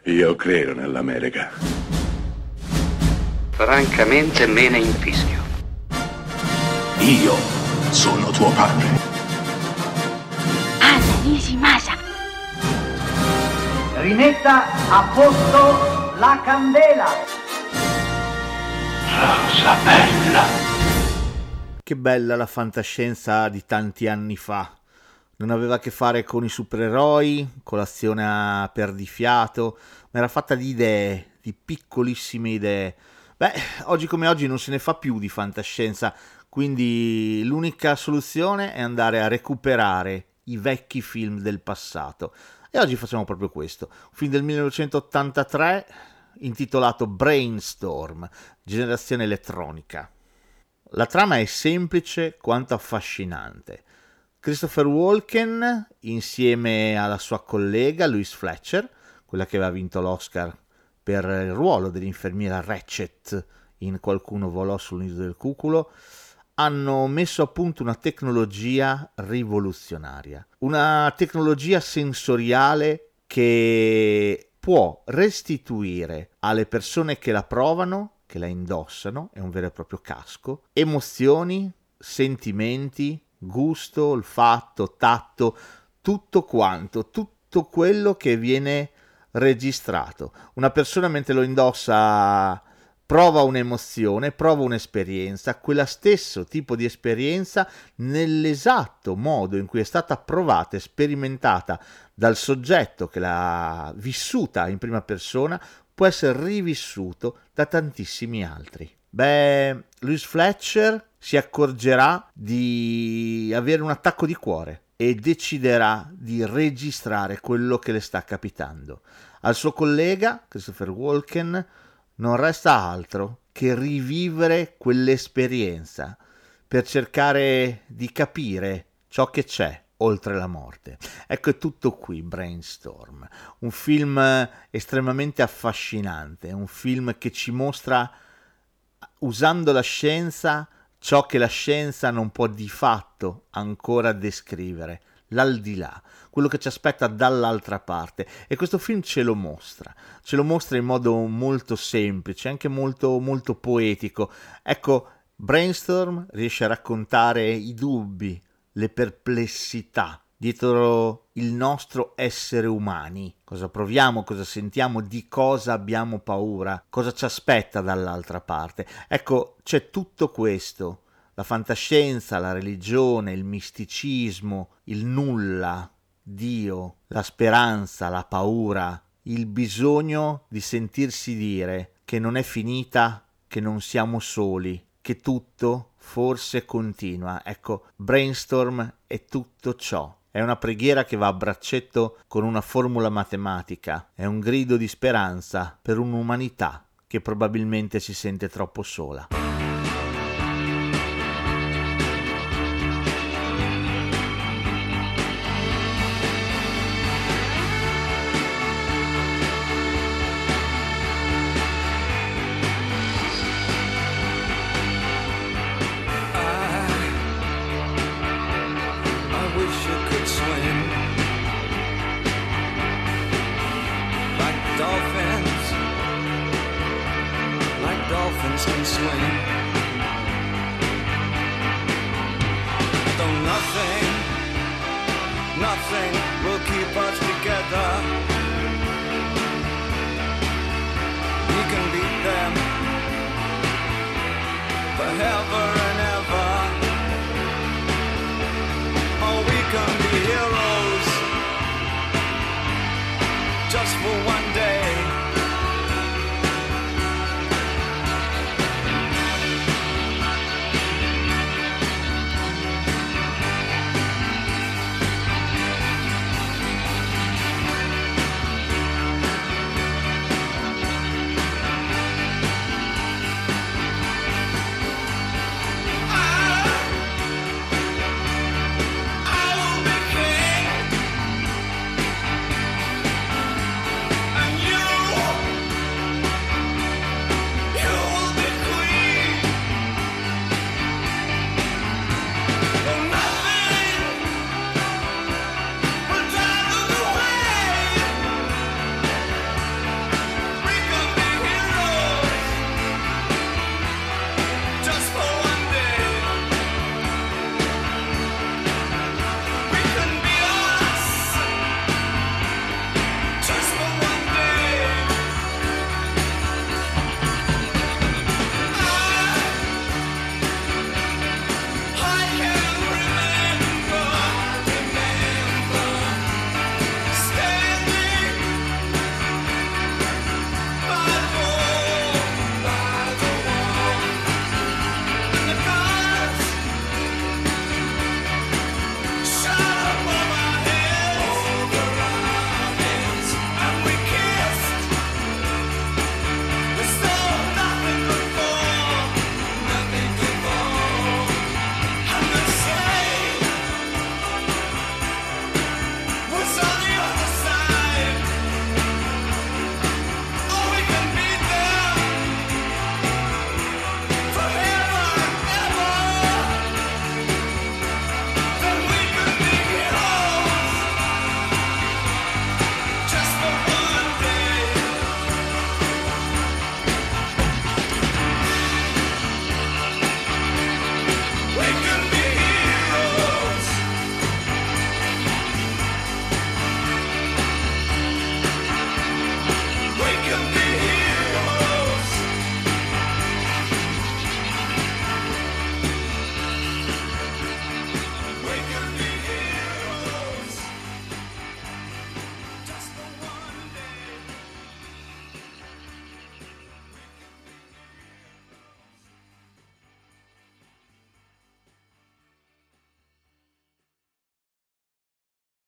Io credo nell'America. Francamente me ne infischio. Io sono tuo padre. Anna Nishimasa. Rimetta a posto la candela. Rosa bella. Che bella la fantascienza di tanti anni fa. Non aveva a che fare con i supereroi, con l'azione a perdifiato, ma era fatta di idee, di piccolissime idee. Beh, oggi come oggi non se ne fa più di fantascienza, quindi l'unica soluzione è andare a recuperare i vecchi film del passato. E oggi facciamo proprio questo. Un film del 1983 intitolato Brainstorm, generazione elettronica. La trama è semplice quanto affascinante. Christopher Walken, insieme alla sua collega Louise Fletcher, quella che aveva vinto l'Oscar per il ruolo dell'infermiera Ratchet in Qualcuno volò sul nido del cuculo, hanno messo a punto una tecnologia rivoluzionaria, una tecnologia sensoriale che può restituire alle persone che la provano, che la indossano, è un vero e proprio casco, emozioni, sentimenti, gusto, olfatto, tatto, tutto quanto, tutto quello che viene registrato. Una persona mentre lo indossa prova un'emozione, prova un'esperienza, quella stesso tipo di esperienza nell'esatto modo in cui è stata provata e sperimentata dal soggetto che l'ha vissuta in prima persona, può essere rivissuto da tantissimi altri. Beh, Louise Fletcher si accorgerà di avere un attacco di cuore e deciderà di registrare quello che le sta capitando. Al suo collega, Christopher Walken, non resta altro che rivivere quell'esperienza per cercare di capire ciò che c'è oltre la morte. Ecco, è tutto qui Brainstorm, un film estremamente affascinante, un film che ci mostra, usando la scienza, ciò che la scienza non può di fatto ancora descrivere, l'aldilà, quello che ci aspetta dall'altra parte, e questo film ce lo mostra in modo molto semplice, anche molto, molto poetico. Ecco, Brainstorm riesce a raccontare i dubbi, le perplessità dietro il nostro essere umani, cosa proviamo, cosa sentiamo, di cosa abbiamo paura, cosa ci aspetta dall'altra parte. Ecco, c'è tutto questo, la fantascienza, la religione, il misticismo, il nulla, Dio, la speranza, la paura, il bisogno di sentirsi dire che non è finita, che non siamo soli, che tutto forse continua. Ecco, Brainstorm è tutto ciò. È una preghiera che va a braccetto con una formula matematica. È un grido di speranza per un'umanità che probabilmente si sente troppo sola. Dolphins can swim. Though nothing will keep us together. We can beat them forever and ever. Oh, we can be heroes just for one day.